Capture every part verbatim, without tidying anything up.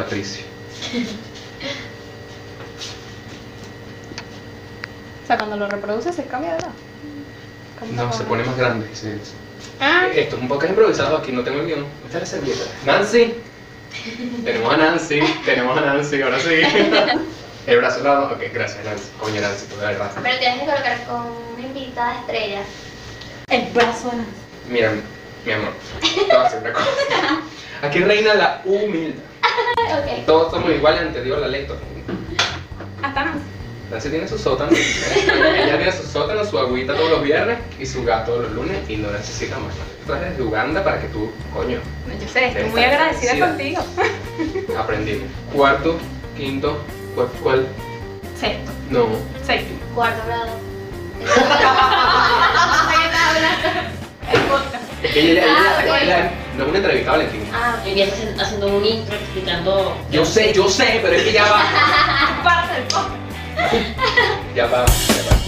Patricio. O sea, cuando lo reproduce se cambia de edad. No, se pone más grande. Sí, sí. Ah. Esto es un podcast improvisado, aquí no tengo el guión. Esta es la servilleta. Nancy. Tenemos a Nancy, tenemos a Nancy, ahora sí. El brazo lado, ok, gracias Nancy. Coño Nancy, tú de verdad. Pero tienes que colocar con una invitada estrella. El brazo de Nancy. Mira, mi amor, te voy a hacer una cosa. Aquí reina la humildad. Ok. Todos somos iguales ante Dios, la ley, todo. Hasta Nancy. Nancy tiene su sótano. Ella tiene su sótano, su agüita todos los viernes y su gato todos los lunes y no necesita más. Trajes de Uganda para que tú, coño, Yo sé, estoy muy agradecida contigo. aprendimos. Cuarto, quinto, ¿cuál? cuál? Sexto. No. Séptimo. Cuarto grado. El podcast. Es que ella, ella, Ah, ella- ok. ella no es una entrevista, Valentina. Ah, Hoy día estás haciendo- haciendo un intro explicando. Yo sé, yo sé, pero es que ya va. Parte del podcast. Ya va, ya va.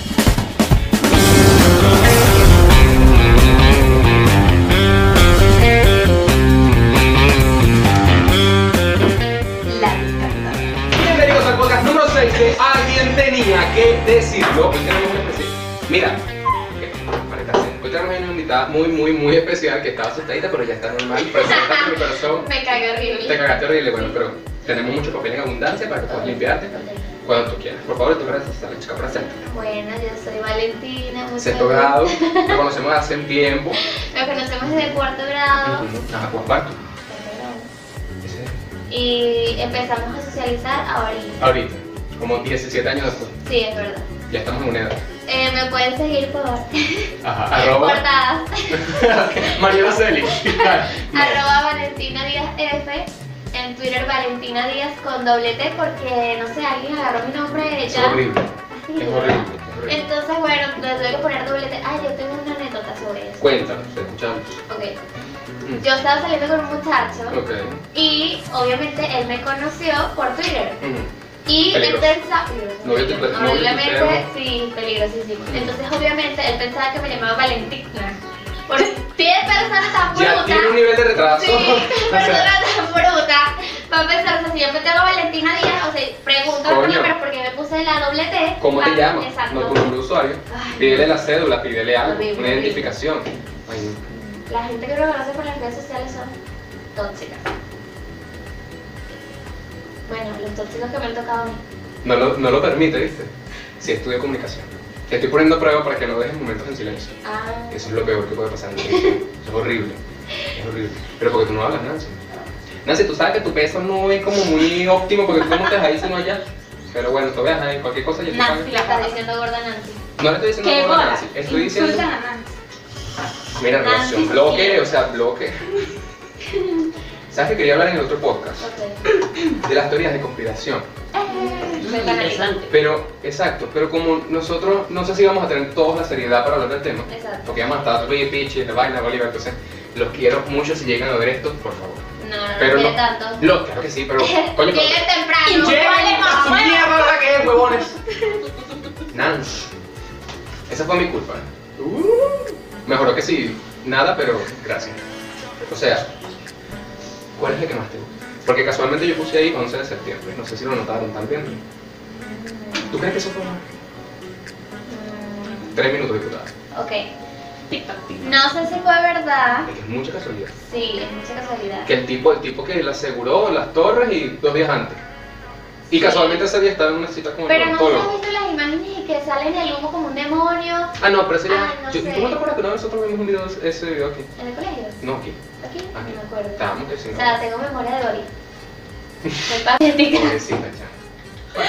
La dictadura. Bienvenidos al podcast número seis de Alguien Tenía que Decirlo. Hoy tenemos una especial. Mira, eh, para hacer. Hoy tenemos una invitada muy, muy, muy especial que estaba asustadita, pero ya está normal. Preséntate mi corazón. me cagué horrible. Te cagaste horrible, bueno, pero tenemos mucho papel en abundancia para que puedas limpiarte cuando tú quieras. Por favor, tu cara está la chica presente. Bueno, yo soy Valentina. mucho Sexto gusto. grado, nos conocemos hace un tiempo. Nos conocemos desde cuarto grado. Ajá, ¿cuál cuarto? Cuarto grado. Ese. Y empezamos a socializar ahorita. Ahorita, como diecisiete años después. Sí, es verdad. Ya estamos en una edad. Eh, me pueden seguir por Ajá, arroba. portadas. Mariela Celi. No. Arroba Valentina Díaz F. En Twitter Valentina Díaz con doble T porque no sé, alguien agarró mi nombre Es ya. horrible. Así, Es ¿verdad? horrible. Es horrible. Entonces, bueno, le tuve que poner doble T. Ah, yo tengo una anécdota sobre eso. Cuéntanos, te escuchamos. Ok. Mm. Yo estaba saliendo con un muchacho Ok. y obviamente él me conoció por Twitter. Ujú. Y él Peligroso. pensaba. Novio tu- novio tu Obviamente, perro. sí, peligrosísimo. Mm. Entonces, obviamente, él pensaba que me llamaba Valentina. Porque tiene persona tan Ya bruta. tiene un nivel de retraso. Sí, O sea, persona tan bruta. Va a pensar, o sea, si yo me tengo Valentina Díaz, o sea, pregunto los Coño. números porque me puse la doble T. ¿Cómo te ah, llamas? Exacto. No tu nombre de usuario. Ay. Pídele la cédula, pídele algo, Horrible, una horrible. identificación. Ay, no. La gente que me conoce por las redes sociales son tóxicas. Bueno, los tóxicos que me han tocado a mí. No lo, no lo permite, ¿viste? Si estudio comunicación. Te estoy poniendo a prueba para que no dejes momentos en silencio. Ah. Eso es lo peor que puede pasar en tu vida. Eso es horrible. Es horrible. Pero porque tú no hablas, Nancy. Nancy, tú sabes que tu peso no es como muy óptimo porque tú no te ahí sino allá. Pero bueno, tú veas ahí, cualquier cosa yo te Nancy, pago. Le está diciendo gorda Nancy. No le estoy diciendo ¿Qué nada a bola? Nancy. Estoy diciendo. Insultan a Nancy. Mira, Nancy, relación. sí. Bloque, o sea, bloque. ¿Sabes que quería hablar en el otro podcast? Ok. De las teorías de conspiración. Eh, Interesante. Pero, exacto, pero como nosotros no sé si vamos a tener todos la seriedad para hablar del tema, Exacto. porque vamos a estar Luis Pichi, de vaina, Bolívar, entonces los quiero mucho si llegan a ver esto, por favor. No, no, no Pero quiere no. tanto. Lo, claro que sí, pero coño, Llegue temprano. ¡Lleguen! Vale más. ¡Mierda la que es, huevones! Nancy. Esa fue mi culpa. Uh, mejoró que sí, nada, pero gracias. O sea, ¿cuál es el que más te gusta? Porque casualmente yo puse ahí once de septiembre, no sé si lo notaron también. ¿Tú crees que eso fue mal? Tres minutos, diputada. Ok. TikTok, TikTok. No sé si fue verdad. Es que es mucha casualidad. Sí, es mucha casualidad. Que el tipo, el tipo que le aseguró las torres y dos días antes. Y Sí. casualmente ese día estaba en una cita con el Pero no sé si has odontólogo. visto las imágenes y que salen del humo como un demonio Ah, no, pero ese ya. Ay, no yo- sé. ¿Tú no te acuerdas que una vez nosotros vimos un video, ese video aquí? en el colegio. No, aquí. ¿Aquí? Aquí. No me acuerdo. Estábamos que sí, O no. sea, tengo memoria de Dory. Soy patética. Pobrecita, ya.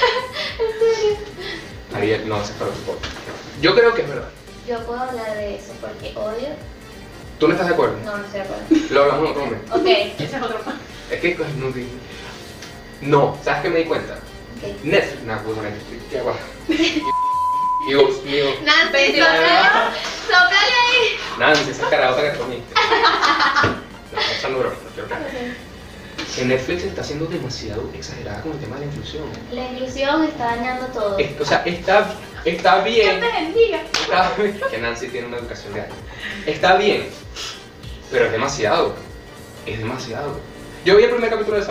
Ariel, no, se paró su podcast. Yo creo que es verdad. Yo puedo hablar de eso porque odio. ¿Tú no estás de acuerdo? No, no estoy de acuerdo. Lo hablamos en otro momento. Ok. Ese es otro más. Es que coño, no di- No, ¿sabes qué me di cuenta? Ok. Netflix, no, pues bueno, ¿qué hago? Dios mío. Nancy, sóplale. Sóplale ahí. Nancy, esa carabota que comiste. No, esa no, no quiero que. Que Netflix está siendo demasiado exagerada con el tema de la inclusión. La inclusión está dañando todo. Es- o sea, está, está bien. Dios te bendiga. Está bien, que Nancy tiene una educación de años. Está bien, pero es demasiado. Es demasiado. Yo vi el primer capítulo de Sabrina.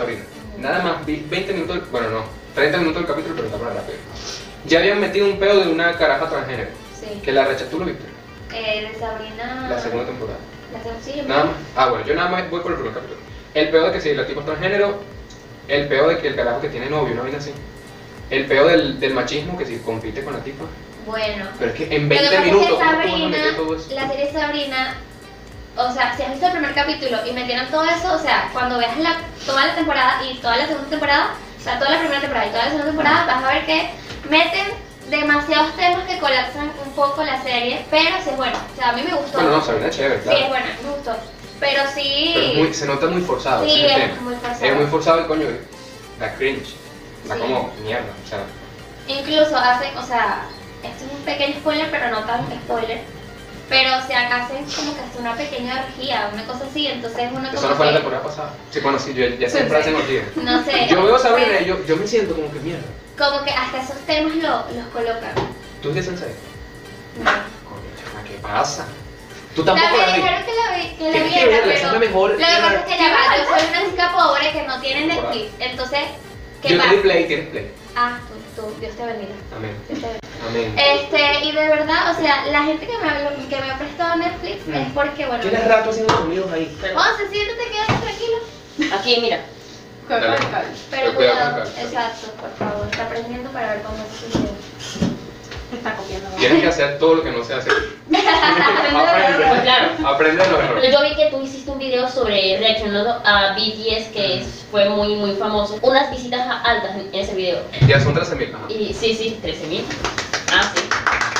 Nada más vi veinte minutos, bueno no, treinta minutos del capítulo, pero está para rápido. Ya habían metido un pedo de una caraja transgénero, Sí. que la recha, ¿tú lo viste? Eh, de Sabrina. La segunda temporada. La segunda, sí, yo Nada más. Ah, bueno, yo nada más voy por el primer capítulo. El peor de que si la tipo es transgénero, el peor de que el carajo que tiene novio, una vaina así. El peor del, del machismo que si compite con la tipa. Bueno. Pero es que en Lo que veinte pasa minutos, es que ¿cómo tú vas a Sabrina, meter todo eso? la serie Sabrina, o sea, si has visto el primer capítulo y metieron todo eso, o sea, cuando veas la, toda la temporada y toda la segunda temporada, o sea, toda la primera temporada y toda la segunda temporada, vas a ver que meten demasiados temas que colapsan un poco la serie, pero sí es bueno, o sea, a mí me gustó. Bueno, no, Sabrina es chévere, Sí, claro. es bueno, me gustó, pero sí... Pero es muy, se nota muy forzado. Sí, ese es el es tema. muy forzado. Es muy forzado y coño, da cringe. Da Sí. como mierda, o sea. Incluso hacen, o sea, esto es un pequeño spoiler, pero no tan spoiler, pero o sea, hacen como que hasta una pequeña orgía, una cosa así, entonces uno Eso como no fue la que, temporada pasada. Sí, bueno, sí, yo, ya siempre hacen orgías. no sé, Yo veo a Sabrina pero y yo, yo me siento como que mierda. como que hasta esos temas lo, los colocan. ¿Tú eres sensei? No. Coño, chama, ¿qué pasa? Tú tampoco La la me viste. dijeron que la, vi, que la Tienes que viera, verla, esa es la pero mejor. lo que pasa es que ya va, yo soy una chica pobre que no tiene Temporada. Netflix, entonces, ¿qué Yo pasa? tengo play, tienes play. Ah, tú, tú, Dios te bendiga. Amén. Dios te bendiga. Amén. Este, y de verdad, o sea, la gente que me ha, que me ha prestado Netflix Mm. es porque, bueno, Tienes rato haciendo sonidos ahí. Pero Once, siéntate, quédate tranquilo. aquí, mira. Juega Dale. con el cable. Pero Pero cuidado cuidado, con el cable. exacto, por favor, está aprendiendo para ver cómo es su video. Te está copiando. Tienes que hacer todo lo que no se hace. Pues Aprende. claro. Aprende los errores. Yo vi que tú hiciste un video sobre reaccionando a B T S que es- fue muy muy famoso. Unas visitas a- altas en, en ese video. Ya son trece mil. Ajá. Y sí, sí, trece mil. Ah, sí.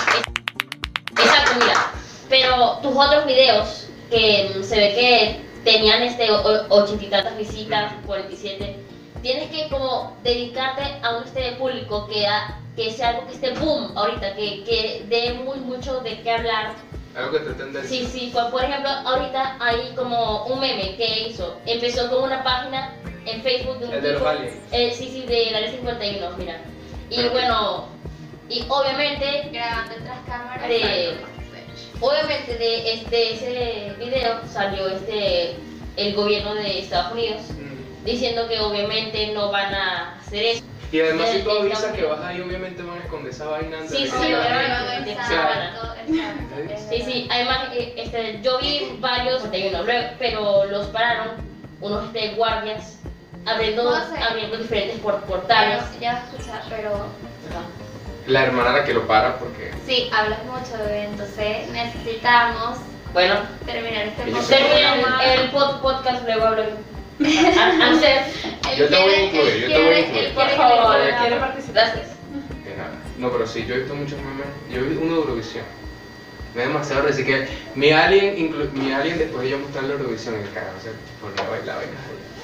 Es- Exacto, mira. Pero tus otros videos que mm, se ve que tenían este o- ochenta y tantas visitas, cuarenta y siete, tienes que como dedicarte a un este público que, ha- que sea algo que esté boom ahorita, que, que dé muy mucho de qué hablar. Algo que te entendes. Sí, sí, por por ejemplo, ahorita hay como un meme que hizo, empezó con una página en Facebook de un El de los tipo- aliens. eh, sí, sí, del área cincuenta y uno, mira. Y Pero- bueno, y obviamente, Grabando otras cámaras. De- obviamente de este ese video salió este el gobierno de Estados Unidos Mm. diciendo que obviamente no van a hacer eso. Y además si tú De- de avisas Estados que Unidos. vas ahí, obviamente van a esconder esa vaina antes Sí, de que sí, se vaya. obviamente. Exacto, exacto. Sí, sí, además eh, este, yo vi varios de uno, luego- pero los pararon unos este, guardias abriendo, No sé. abriendo diferentes por- Pero, portales. ya vas a escuchar, pero Ajá. La hermana la que lo para porque. sí, hablas mucho, bebé, entonces necesitamos Bueno, terminar este Ellos podcast. se terminen el pod- podcast, luego hablo yo. A- Ansel, Él Yo te voy a quiere- incluir, él yo te voy a quiere- incluir. él por quiere que favor, le- quiere participar. gracias. De nada. No, pero sí, yo he visto muchos memes. Yo vi uno de Eurovisión. Me da demasiado risa. Así que mi alien, inclu- mi alien después de yo mostrarle Eurovisión en el canal, o sea, ponía a bailar, bailar.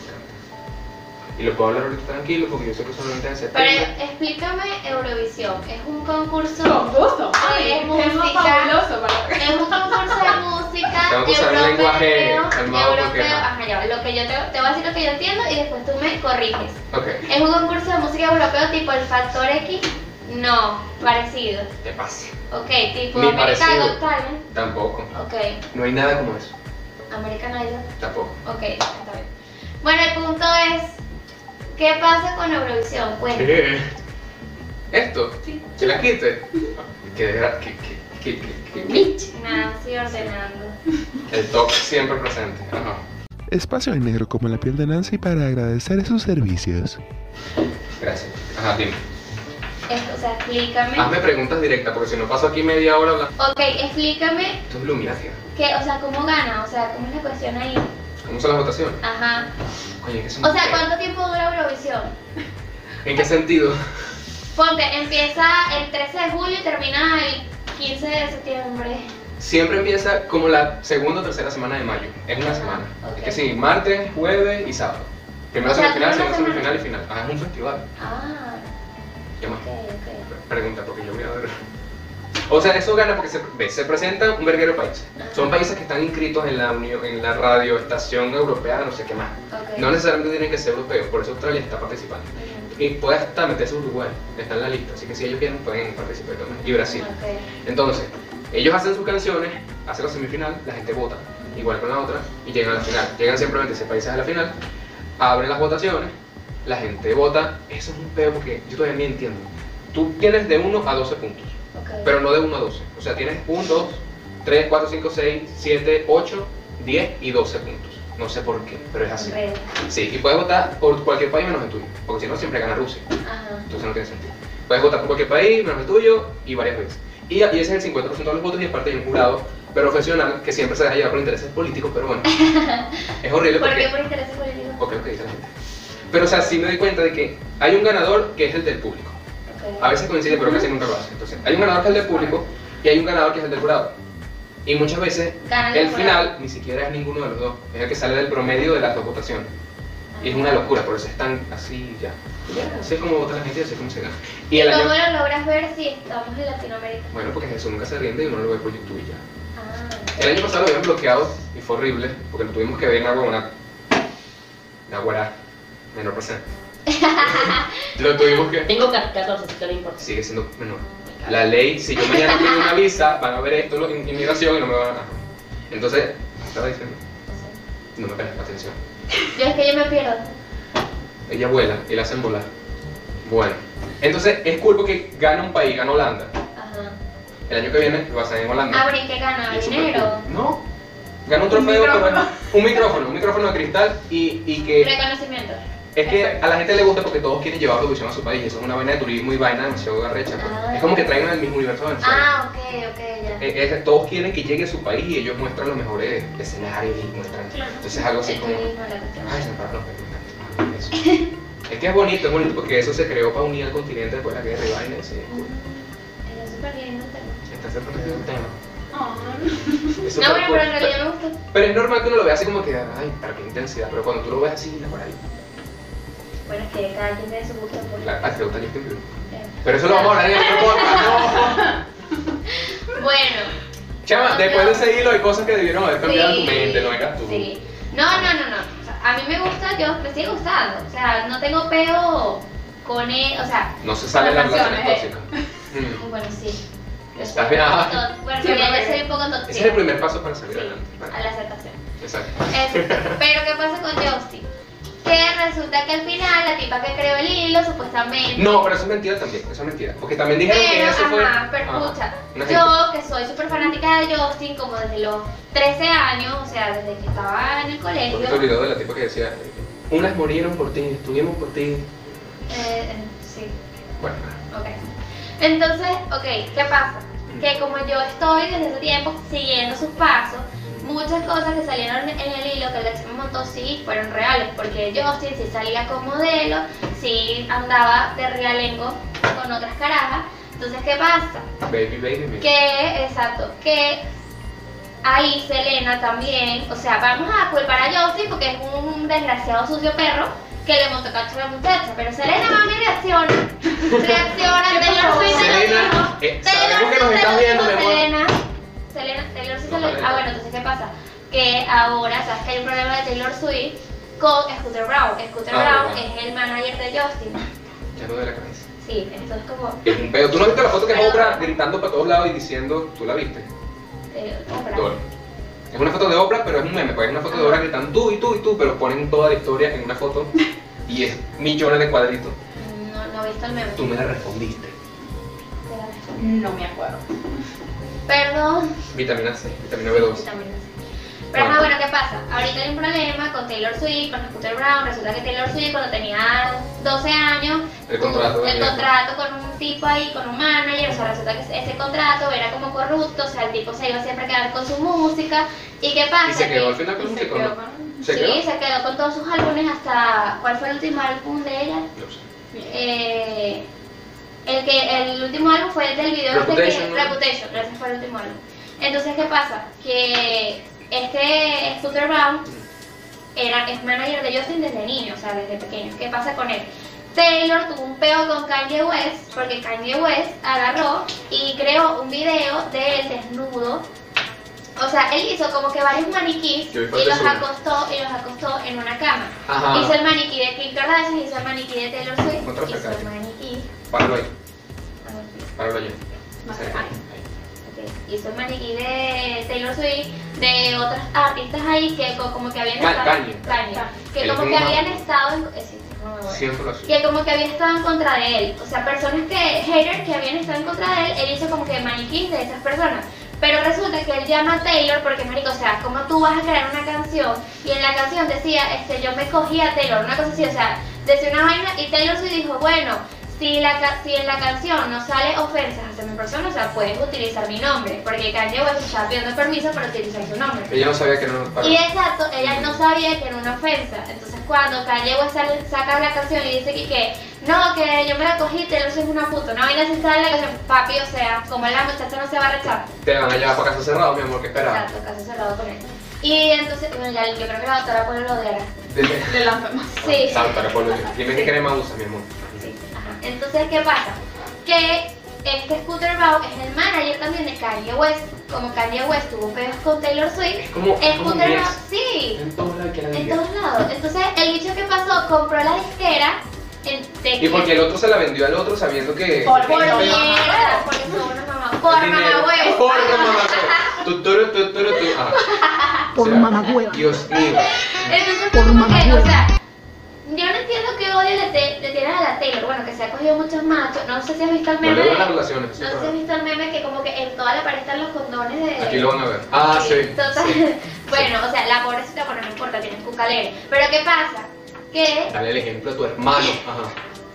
Y lo puedo hablar ahorita tranquilo porque yo sé que solamente en Pero septiembre. explícame Eurovisión, es un concurso, Con gusto. Ay, Ay, es es música. fabuloso para es un concurso de música Tengo que usar el lenguaje europeo, calmado porque, europeo, ajá. ajá, ya, va, lo que yo te, te voy a decir lo que yo entiendo y después tú me corriges. Ok, Es un concurso de música europeo tipo el Factor X, no, parecido. ¿qué pasa? Ok, tipo Ni American parecido. Got Talent, Tampoco. ok, No hay nada como eso. American Idol, Tampoco. ok, está bien. Bueno, el punto es, ¿qué pasa con Eurovisión? Cuéntame. ¿Qué? ¿Esto? Sí. ¿Que la quite? Que, que, que, que, que, que- Nada, estoy ordenando. El top siempre presente. Ajá. Espacio en negro como la piel de Nancy para agradecer sus servicios. Gracias. Ajá, dime. Esto, o sea, explícame. Hazme preguntas directas porque si no paso aquí media hora hablando. Ok, explícame Esto es iluminación. que, o sea, cómo gana, o sea, cómo es la cuestión ahí. ¿Cómo son las votaciones? Ajá. Coño, que son O sea, feas. ¿cuánto tiempo dura Eurovisión? ¿En qué sentido? Ponte, empieza el trece de julio y termina el quince de septiembre. Siempre empieza como la segunda o tercera semana de mayo. Es una Ajá, semana. ok. Es que sí, martes, jueves y sábado. Primero O sea, semifinal, dura una segundo semana. semifinal y final. Ah, es un festival. Ah, ¿Qué más? ok, ok. Pregunta, porque yo voy a ver. O sea, eso gana porque se, ve, se presentan un verguero de países. Son países que están inscritos en la, unión, en la radio estación europea, no sé qué más. Ok. No necesariamente tienen que ser europeos, por eso Australia está participando. Ujú. Y puede hasta meterse Uruguay, está en la lista, así que si ellos quieren pueden participar también. Y Brasil. Ok. Entonces, ellos hacen sus canciones, hacen la semifinal, la gente vota, igual con la otra, y llegan a la final. Llegan siempre veintiséis países a la final, abren las votaciones, la gente vota, eso es un peo porque yo todavía ni entiendo. Tú tienes de uno a doce puntos, Okay. pero no de uno a doce. O sea, tienes uno, dos, tres, cuatro, cinco, seis, siete, ocho, diez y doce puntos. No sé por qué, pero es así. Re. Sí, y puedes votar por cualquier país menos el tuyo, porque si no siempre gana Rusia. Ajá. Entonces no tiene sentido. Puedes votar por cualquier país menos el tuyo y varias veces. Y, y ese es el cincuenta por ciento de los votos y aparte hay un jurado profesional que siempre se deja llevar por intereses políticos, pero bueno, es horrible ¿Por porque... qué por intereses políticos? Porque es lo que dice la gente. Pero o sea, sí me doy cuenta de que hay un ganador que es el del público. Okay. A veces coincide, pero casi nunca lo hace. Entonces, hay un ganador que es el del público y hay un ganador que es el del jurado. Y muchas veces Gana el el jurado. final ni siquiera es ninguno de los dos, es el que sale del promedio de las dos votaciones. Y es una locura, por eso están así ya. Ya, sé cómo vota la gente y sé cómo se gana. Y ¿Y el cómo año... lo logras ver si estamos en Latinoamérica? Bueno, porque Jesús nunca se rinde y uno lo ve por YouTube y ya. Ah. El año pasado lo habían bloqueado y fue horrible porque lo tuvimos que ver en agua una... Una guará, menor presente. Lo tuvimos que... Tengo catorce, así que no importa. Sigue siendo menor. La ley, si yo mañana pido una visa, van a ver esto en inmigración y no me van a... Entonces, ¿qué estaba diciendo? No me prestes atención. Yo es que yo me pierdo. Ella vuela y la hacen volar. Bueno, entonces es cool porque gana un país, gana Holanda. Ajá. El año que viene lo hacen en Holanda. Ah, pero ¿y qué gana? Y es súper ¿Dinero? cool. No. Gana un trofeo, Un pero micrófono. un micrófono, un micrófono de cristal y, y que... Reconocimiento. Es que a la gente le gusta porque todos quieren llevar producción a su país. Eso es una vaina de turismo y vaina demasiado arrecha. Pues. Ah. Es como que traen al mismo universo de Venezuela. Ah, ok, ok, ya. Eh, eh, todos quieren que llegue a su país y ellos muestran los mejores escenarios y muestran. Claro. Entonces es algo así El como. turismo, la cuestión. Ay, se me pararon los pelos, me encanta. Eso. Es que es bonito, es bonito porque eso se creó para unir al continente después de la guerra y vaina. Y sí, cool. Es súper lindo el tema. Está cerca del tema. Oh. Es No, súper bueno, cool. pero en realidad me gustó. Pero es normal que uno lo vea así como que, ay, para qué intensidad. Pero cuando tú lo ves así, la por ahí. Bueno, es que cada quien tiene su gusto por La, ¿a ti te gusta Justin Bieber? Eh. Pero eso lo vamos a hablar en otro podcast. No. Bueno. Chama, No, después no. de seguirlo hay cosas que debieron haber cambiado Sí, en tu mente, no eras tú. Sí. No, no, no, no. O sea, a mí me gusta, yo me sigue gustando. O sea, no tengo peo con él. O sea, No se sale de las Las relaciones canciones, tóxicas. Mm. bueno, sí. Estás bien. Ah, Bueno, Sí, pero ya porque- soy un poco tóxica. ese es el primer paso para salir Sí, adelante. a la aceptación. Exacto. Este, pero ¿qué pasa con Justin? Que resulta que al final la tipa que creó el hilo, supuestamente. No, pero eso es mentira también, eso es mentira. Porque también dijeron que Pero, eso fue. ajá, pero Ajá. escucha, Una gente- yo que soy súper fanática de Justin, como desde los trece años, o sea, desde que estaba en el Porque te colegio. olvidó de la tipa que decía: unas murieron por ti, estuvimos por ti. Eh, eh, sí, Bueno, ok. Entonces, ok, ¿qué pasa? Que como yo estoy desde ese tiempo siguiendo sus pasos, muchas cosas que salieron en el hilo que la chica me montó sí fueron reales, porque Justin sí salía con modelo, sí andaba de realengo con otras carajas. Entonces, ¿qué pasa? baby, baby, baby. Que, exacto, que ahí Selena también, o sea, vamos a culpar a Justin porque es un desgraciado sucio perro que le montó cacho a la muchacha, pero Selena, mami, reacciona, reacciona, ¿Qué Taylor pasó? Swift se lo Selena, dijo, eh, Taylor sabemos que nos Swift se estás lo viendo, dijo, mi amor. Selena, Selena, Taylor Swift se lo No, dijo, vale. ah, bueno, entonces, ¿qué pasa? Que ahora, ¿sabes que hay un problema de Taylor Swift con Scooter Brown? Scooter Ah, Brown verdad. es el manager de Justin, Ya no de la cabeza. sí, entonces como, Es un pedo. ¿Tú no viste la foto que es Pero- Oprah gritando para todos lados y diciendo, tú la viste? eh, Oprah. Dora. Es una foto de Oprah, pero es un meme, pues es una foto de Oprah gritando tú y tú y tú, pero ponen toda la historia en una foto y es millones de cuadritos. No, no he visto el meme. Tú me la respondiste. No me acuerdo. Perdón. Vitamina C, vitamina B dos. Vitamina C. Pero ajá, bueno, ¿qué pasa? Ahorita hay un problema con Taylor Swift, con Scooter Brown. Resulta que Taylor Swift cuando tenía doce años, El contrato tuvo el de- contrato con un tipo ahí, con un manager. O sea, resulta que ese contrato era como corrupto. O sea, el tipo se iba siempre a quedar con su música. ¿Y qué pasa? Y se quedó al Que- final con Y un se chico, quedó ¿no? con- ¿Se sí, quedó? se quedó con todos sus álbumes hasta... ¿Cuál fue el último álbum de ella? No sé. Eh, el que el último álbum fue el del video este Reputation, que, ¿no? Reputation, ese fue el último álbum. Entonces, ¿qué pasa? Que este Scooter Brown era, es manager de Justin desde niño, o sea, desde pequeño. ¿Qué pasa con él? Taylor tuvo un peo con Kanye West, porque Kanye West agarró y creó un video de él desnudo. O sea, él hizo como que varios maniquís Yo vi y fotos los de su- acostó y los acostó en una cama. Ajá. Hizo el maniquí de Kim Kardashian, hizo el maniquí de Taylor Swift, Contra hizo Ferrari. el maniquí. Páralo ahí, a ver, páralo allá. Más Ahí, cerca. ahí. ok, hizo el maniquí de Taylor Swift, de otros artistas ahí que co- como que habían Ka- estado. Kanye. Kanye, que Él como es que un habían mamá. estado en. eh, sí, sí, no me huevo. Siempre lo hace. Y él como que había estado en contra de él. O sea, personas que, haters que habían estado en contra de él, él hizo como que maniquís de esas personas. Pero resulta que él llama a Taylor porque, marico, o sea, ¿cómo tú vas a crear una canción? Y en la canción decía, este, yo me cogí a Taylor, una cosa así, o sea, decía una vaina y Taylor sí dijo, bueno, si, la, si en la canción no sale ofensas hacia mi persona, o sea, puedes utilizar mi nombre. Porque Kanye West estaba pidiendo permiso para utilizar su nombre. Ella no sabía que no nos Y exacto, ella no sabía que era una ofensa. Entonces cuando Kanye West sale- saca la canción y dice que, que no, que yo me la cogí, Taylor Swift es una puta, no vaina si sale la canción, papi, o sea, como la muchacha no se va a rechazar. Te van a llevar para casa cerrado, mi amor, que esperaba. Exacto, caso cerrado con él. Y entonces, bueno, ya, yo creo que la doctora Polo lo odiará. De la enferma. Sí. Salta, Polo. Dime qué crema usa, mi amor. Sí, ajá. Entonces, ¿qué pasa? Que este Scooter Braun es el manager también de Kanye West. Como Kanye West tuvo pedos con Taylor Swift, Es como. es como Scooter mi Braun, ex. sí, En todos lados que la en diga. todos lados. Entonces, el bicho que pasó, compró la disquera en de Y porque el otro se la vendió al otro sabiendo que. Por- que- por que- mierda, porque son unos mamá. Por dinero. mamagüevo. Por mamagüevo. Tu, tu, tu, tu, tu, tu. Ajá. Por O sea, mamagüeva. Dios mío. Entonces, Por como que, mamagüeva. o sea, yo no entiendo qué odio le, te- le tienen a la Taylor. Bueno, que se ha cogido muchos machos. No sé si has visto el No meme. le de- doy las relaciones. eso No sé es si has verdad. visto el meme que como que en toda la pared están los condones de... Aquí lo van a ver. Ah, sí. Total. sí. Bueno, o sea, la pobrecita, bueno, no importa, tiene cucalere. Pero ¿qué pasa? Que... Dale el ejemplo a tu hermano. Ajá.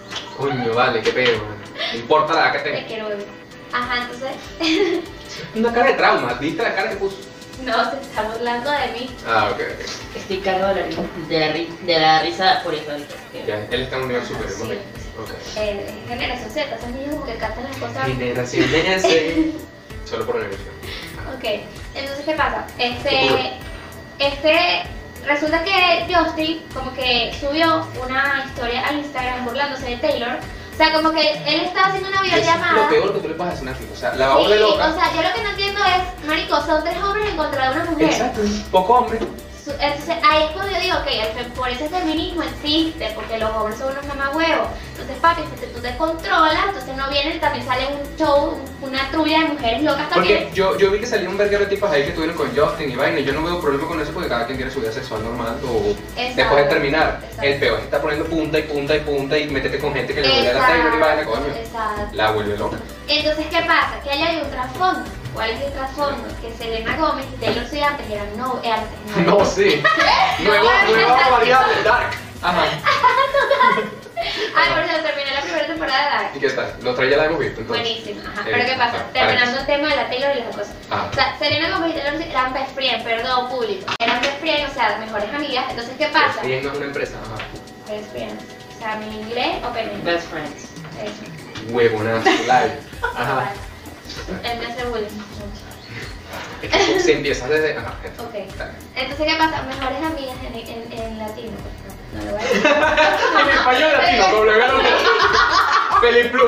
Coño, vale, qué pedo. No importa la edad que Te tenga. quiero, bebé. Ajá, entonces... Una cara de trauma. ¿Viste la cara que puso? No, se está burlando de mí. Ah, ok, ok. Estoy cagado de la, ri- de la, ri- de la risa por eso ahorita. Ya, él está en un nivel superior. Sí. Ok. Ok. Eh, es generación Z, esos niños como que cantan las cosas... Generación S. Solo por energía. Ok, entonces ¿qué pasa? Ocurre. Este, este, resulta que Justin como que subió una historia a Instagram burlándose de Taylor. O sea, como que él estaba haciendo una Es lo videollamada. peor que tú le puedes hacer a una chica. O sea, la va a Sí, volver loca. o sea, yo lo que no entiendo es, marico, son tres hombres en contra de una mujer. Exacto. Poco hombre. Su- Entonces ahí es cuando yo digo, ok, el fe- por eso el feminismo existe, porque los hombres son unos mamagüevos. Entonces, papi, si tú te controlas, entonces no vienen, también sale un show, una trulla de mujeres locas también. Porque yo, yo vi que salieron un verguero de tipas ahí que estuvieron con Justin y vaina. Y yo no veo problema con eso porque cada quien tiene su vida sexual normal o Exacto. después de terminar. Exacto. El peor es estar poniendo punta y punta y punta y métete con gente que le duele a la Taylor y vaina, coño. Exacto. La vuelve loca. Entonces, ¿qué pasa? Que ahí hay un trasfondo. ¿Cuál es el trasfondo? Que Selena Gómez y Taylor Swift antes eran no, eh, antes No, sí. Nuevo, nueva variable, Dark. Ajá. Ay, por cierto, terminé la primera temporada de Dark. ¿Y qué tal? Los tres ya la hemos visto entonces. Buenísimo, ajá. Eh, Pero ¿qué pasa? ah, Terminando el tema de la Taylor y las cosas. Ah. O sea, Selena Gómez y Taylor Swift eran best friend, perdón, público. Eran best friend, o sea, mejores amigas. Entonces, ¿qué pasa? Y no es una empresa, ajá. Best friend. O sea, mi inglés o pendiente. Best friends. Eso. Huevonazo, live. Ajá. Él me hace bullying. Si empiezas desde. Ajá. Ok. Dale. Entonces, ¿qué pasa? Mejores amigas en, en, en latino. No, no lo voy a decir. En español latino, doble gano. Feliz Plus.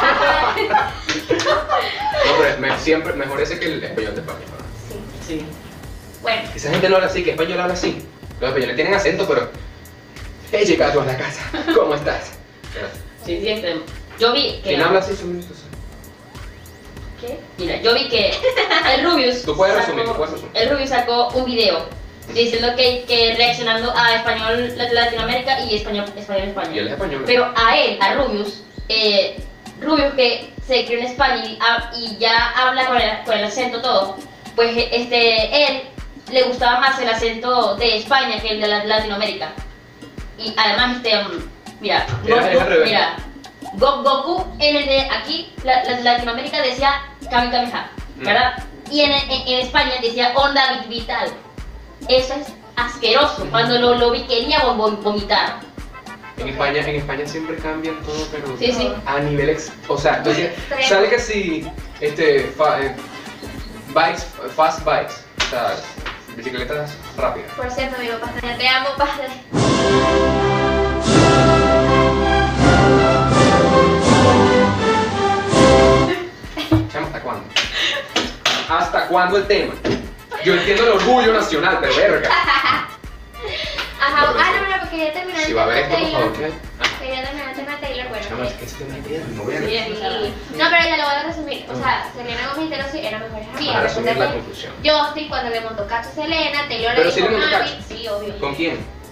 No, pero me- siempre mejor ese que el español de España. ¿no? Sí. Sí. Bueno, Esa gente no habla así, que español habla así. Los españoles tienen acento, pero. He llegado a la casa. ¿Cómo estás? Sí, sí, este, yo vi que... ¿Quién habla así? Son estos. ¿qué? Mira, yo vi que el Rubius... Tú puedes sacó- resumir, tú puedes resumir. El Rubius sacó un video diciendo que, que reaccionando a español lat- Latinoamérica y español español España. Y él es español. Pero a él, a Rubius, eh, Rubius que se crió en España y, ha- y ya habla con el, con el acento todo, pues eh, este, él le gustaba más el acento de España que el de la- Latinoamérica. Y además, este, um, mira, Era- Goku, era al revés. mira, Go- Goku en el de aquí, la, la- Latinoamérica decía Kami Kameha, ¿verdad? Y en, en, en España decía Onda Vital. Eso es asqueroso. Cuando lo, lo vi quería vom- vom- vomitar. En España, en España siempre cambian todo, pero Sí, sí. a nivel ex, o sea, entonces, Extremo. sale que si este fa- eh, bikes, fast bikes, o sea, bicicletas rápidas. Por cierto, amigo, Pastaña, te amo, padre. Chamo, ¿hasta cuándo? ¿Hasta cuándo el tema? Yo entiendo el orgullo nacional, pero verga. Ajá, No, pero ah, sí. no, no, porque quería terminar el Si va a tema haber de esto, por favor, Taylor. ¿qué? Quería terminar el tema de Taylor, bueno. Chamo, que- es que este tema es eterno, verga. Sí, Sí. No, pero ya lo voy a resumir. O sea, Selena Gómez y Taylor Swift eran mejores amigas. Para resumir Resulta la que conclusión. Justin, cuando le montó cacho a Selena, Taylor Pero le sí dijo le montó mami. cacho. Sí, obvio. ¿Con quién?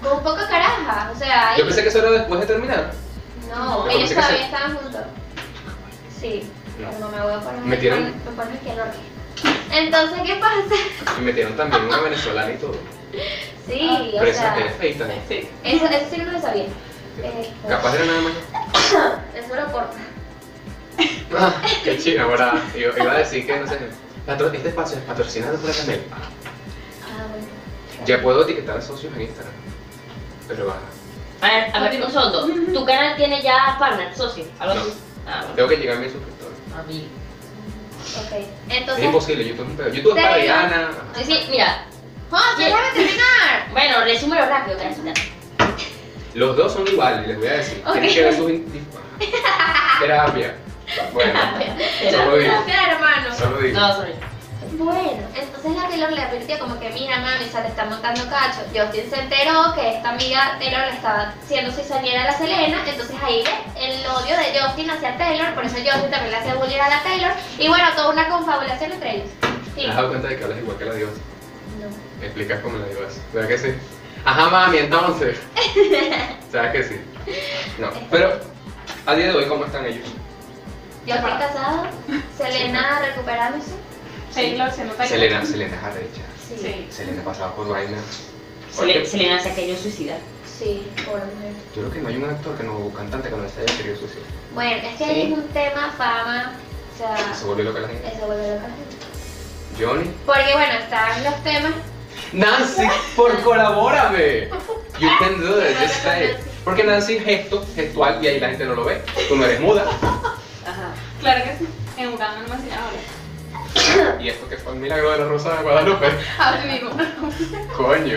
Con un poco de caraja, o sea... Yo pensé que eso era después de terminar. No, Yo ellos pensé que todavía se- estaban juntos. Sí, No. pero no me voy a poner... Metieron- Me pones aquí el orden. Entonces, ¿qué pasa? Y metieron también una venezolana y todo. Sí, Pero o esa sea... es feita, ¿no? Sí. Eso, eso sí no lo sabía. Eh, Capaz era nada más. Eso lo aporta. Ah, qué china, ¿verdad? Iba, iba a decir que, no sé, patro- este espacio es patrocinado por Canel. Ah, Ah, bueno. ya puedo etiquetar a socios en Instagram. Pero baja. A ver, a ver, un segundo. ¿Tu canal tiene ya partner, socio? ¿Algo No. así? Ah, bueno. Tengo que llegar a mis suscriptores. A mí. Ok, Es entonces... imposible, YouTube es un pedo. YouTube es para ¿Serio? Diana. Sí, sí, mira. ¡José, déjame terminar! Bueno, resúmelo rápido, caracita. Los dos son iguales, les voy a decir. Ok. Tienen que ver sus. in- Terapia. Bueno, solo digo. Gracias, hermano. Solo digo. No, sorry. Bueno, entonces la Taylor le advirtió como que mira mami, se te está montando cacho. Justin se enteró que esta amiga Taylor le estaba haciendo cizañera a la Selena, entonces ahí ve el odio de Justin hacia Taylor, por eso Justin también le hace bullying a la Taylor, y bueno, toda una confabulación entre ellos. ¿Te Sí. has dado cuenta de que hablas igual que la diosa? No. Me explicas cómo la diosa. ¿Verdad que sí? Ajá, mami, entonces. ¿Sabes que sí? No, pero a día de hoy, ¿cómo están ellos? Yo estoy casada, Selena recuperándose. Taylor siendo Taylor. Selena, Selena es arrecha. Sí, Sí. Selena pasaba por vaina. Sele- Oye, Selena se ha querido suicidar. sí, pobre mujer. yo creo que no hay un actor que no, un cantante que no se haya querido suicidar. Bueno, es que Sí. es un tema, fama, o sea, Se volvió loca la gente. eso vuelve loca la gente. Johnny. Porque bueno, están los temas. Nancy, por colabórame. You can do it, just say it. Porque Nancy es gesto, gestual y ahí la gente no lo ve. Tú no eres muda. Ajá. Claro que sí. En Uganda no me enseñaron a hablar. Y esto que fue el milagro de la Rosa de Guadalupe. Así mismo. Coño.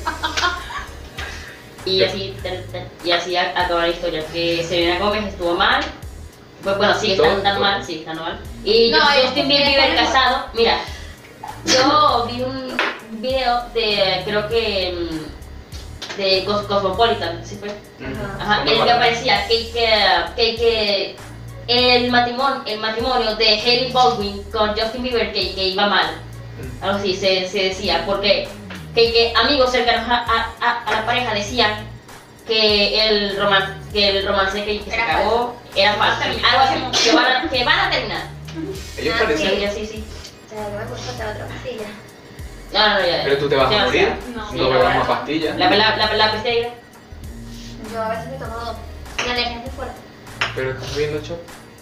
Y así, te- te- y así a- acaba la historia, que Selena Gómez estuvo mal, pues bueno, sigue Todo, estando tan todo. mal, sigue estando mal. Y No, yo- ella Justin sigue Bieber estando mal. casado, mira, yo vi un video de, creo que, mm, de Cos- Cosmopolitan, ¿sí fue? Ajá, en el que aparecía que, que, que, que el matrimonio, el matrimonio de Hailey Baldwin con Justin Bieber que, que iba mal, algo así se, se decía, porque que, que amigos cercanos a, a, a- a la pareja decían que el romance, que el romance que, que se Era acabó era falso, algo así, que van a, que van a terminar. Ellos Ah, parecen. Sí, sí, sí. O sea, yo me puse otra otra pastilla. No, no, ya. Pero tú te vas a ya, morir. No. No bebas más pastillas. La, la, la, la peste negra. Yo a veces me tomo dos. La alergia es muy fuerte. Pero estás viendo shot.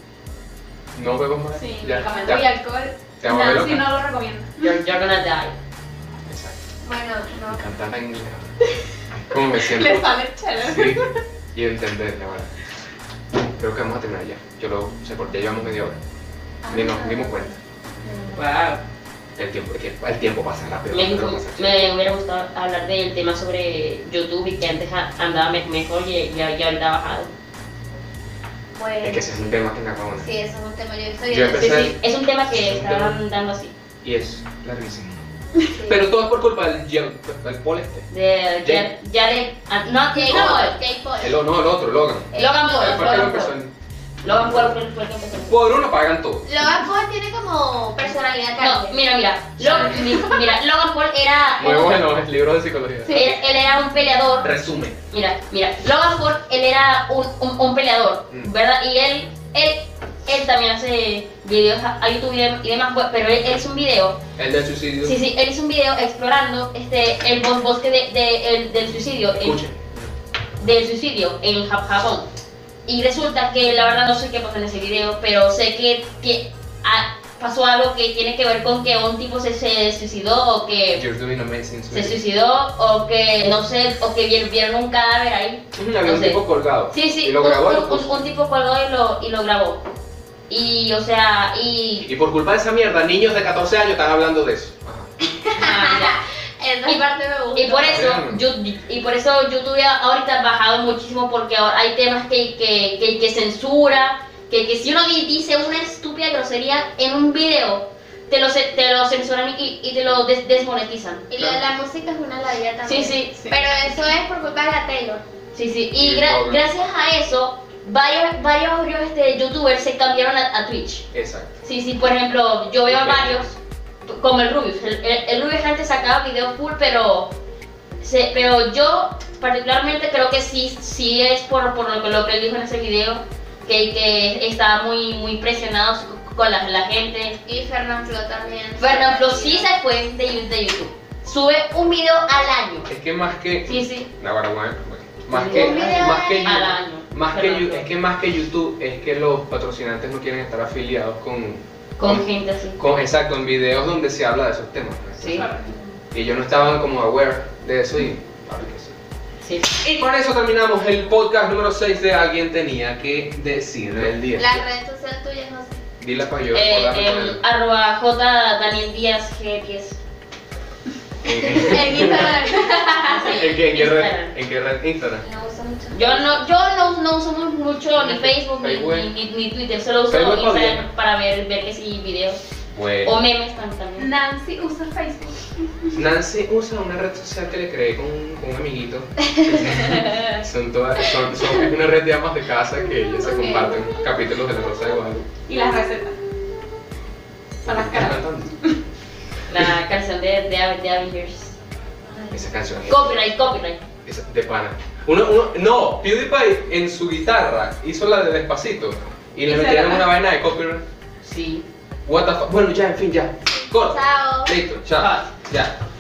No bebas más. Sí, Ya, medicamento y ya. alcohol. Te vamos a ver Nancy loca. no lo recomiendo. You're, you're gonna die. Exacto. Bueno, no. Cantar la inglés. ¿Cómo me siento? Le sale chévere. Sí. Y entender, la verdad. Creo que vamos a terminar ya. Yo lo sé porque ya llevamos media hora. Ni nos dimos cuenta. Wow. El tiempo, el tiempo, el tiempo pasa rápido. Me, pero pasa chido. me hubiera gustado hablar del tema sobre YouTube y que antes a- andaba me- mejor y ya, ya ahorita ha bajado. Bueno. Es que ese es un tema que me acabo de Sí, eso es un tema. Yo estoy Yo viendo. Sí, empecé- sí, es un tema que Es un estaban tema. dando así. Y es larguísimo. Sí. Pero todo es por culpa del Jan- del Paul este. De Jake. Jared, Jared, ah, no, Jake no, Paul. Jake Paul. El, no, el otro, Logan. Logan Paul, Él fue el que lo Logan empezó Paul. en- Logan Paul fue fue el que empezó. Por uno pagan todo. Logan Paul tiene como personalidad No, cáncer. mira, mira, Lo- mi- mira, Logan Paul era, Muy bueno, el libro de psicología. Sí. él, él era un peleador. Resumen. Mira, mira, Logan Paul, él era un, un, un peleador, Mm. ¿verdad? Y él, él, él también hace videos a, a YouTube y, dem- y demás, pues, pero él, él hizo un video, El del suicidio. sí, sí, él hizo un video explorando este, el bos- bosque de, de- el- del suicidio, en- Escuchen. del suicidio en Jap- Japón. Y resulta que la verdad no sé qué pasó en ese video, pero sé que, que ah, pasó algo que tiene que ver con que un tipo se, se suicidó o que You're doing amazing. se sweetie. suicidó o que no sé, o que vieron, vieron un cadáver ahí. Ujú, había No un sé. tipo colgado. Sí, sí, Y lo un, grabó y lo un- puso. un- un tipo colgó y lo, y lo grabó. Y, o sea, y... Y por culpa de esa mierda, niños de catorce años están hablando de eso. Ajá. ah, ya. Esa Y- parte me gusta. Y por eso, Bien. yo- y por eso YouTube ha- ahorita ha bajado muchísimo porque ahora hay temas que, que, que, que censura, que, que si uno di- dice una estúpida grosería en un video, te lo, ce- te lo censuran y, y te lo des- desmonetizan. Y lo de la música es una ladilla también. Sí, sí, Sí. Pero eso es por culpa de la Taylor. sí, sí. Y Sí, gra- obvio. gracias a eso, varios, varios este, youtubers se cambiaron a, a Twitch. Exacto. Sí, sí, por ejemplo, yo veo a Ok. varios, como el Rubius. El, el, el Rubius antes sacaba videos full, pero, se, pero yo particularmente creo que sí, sí es por, por lo, que- lo que él dijo en ese video, que, que estaba muy, muy impresionado con la, la gente. Y Fernanfloo también. Fernanfloo sí se fue de, de YouTube. Sube un video al año. Es que más que... Sí, sí. No, bueno, bueno, bueno. Más Un que, video más que, al Yu- año. más que Perdón. Yu- es que más que YouTube es que los patrocinantes no quieren estar afiliados con, Con gente así. con exacto, en videos donde se habla de esos temas. pues. Sí. Y ellos no estaban como aware de eso y claro que sí. Sí. Y con eso terminamos el podcast número seis de Alguien Tenía que Decir del día. La red social tuya, no sé. Dila para yo Eh, recordarme em, con él. arroba J Daniel Díaz G diez. En Instagram. ¿En qué, en qué red? Instagram. ¿En qué red? Instagram. No uso mucho. Yo no, yo no, no uso muy- mucho ni Facebook ni, Facebook. ni, ni- ni Twitter, solo uso Facebook está Instagram bien. para ver, ver que sí videos o Bueno. memes tam- también. Nancy usa Facebook. Nancy usa una red social que le creé con, un- con un amiguito. Son todas, son, son- es una red de amas de casa que ellas se Ok. comparten capítulos de la Rosa de Guadalupe. Y las recetas. Son las caras. La canción de, de, de Avengers. Esa canción es Copyright, copyright. esa- de pana. Uno, uno, no, PewDiePie en su guitarra hizo la de Despacito y le ¿Y metieron será? una vaina de copyright. Sí. What the fuck. Bueno, ya, en fin, ya. Corta. Chao. Listo, chao. Ya.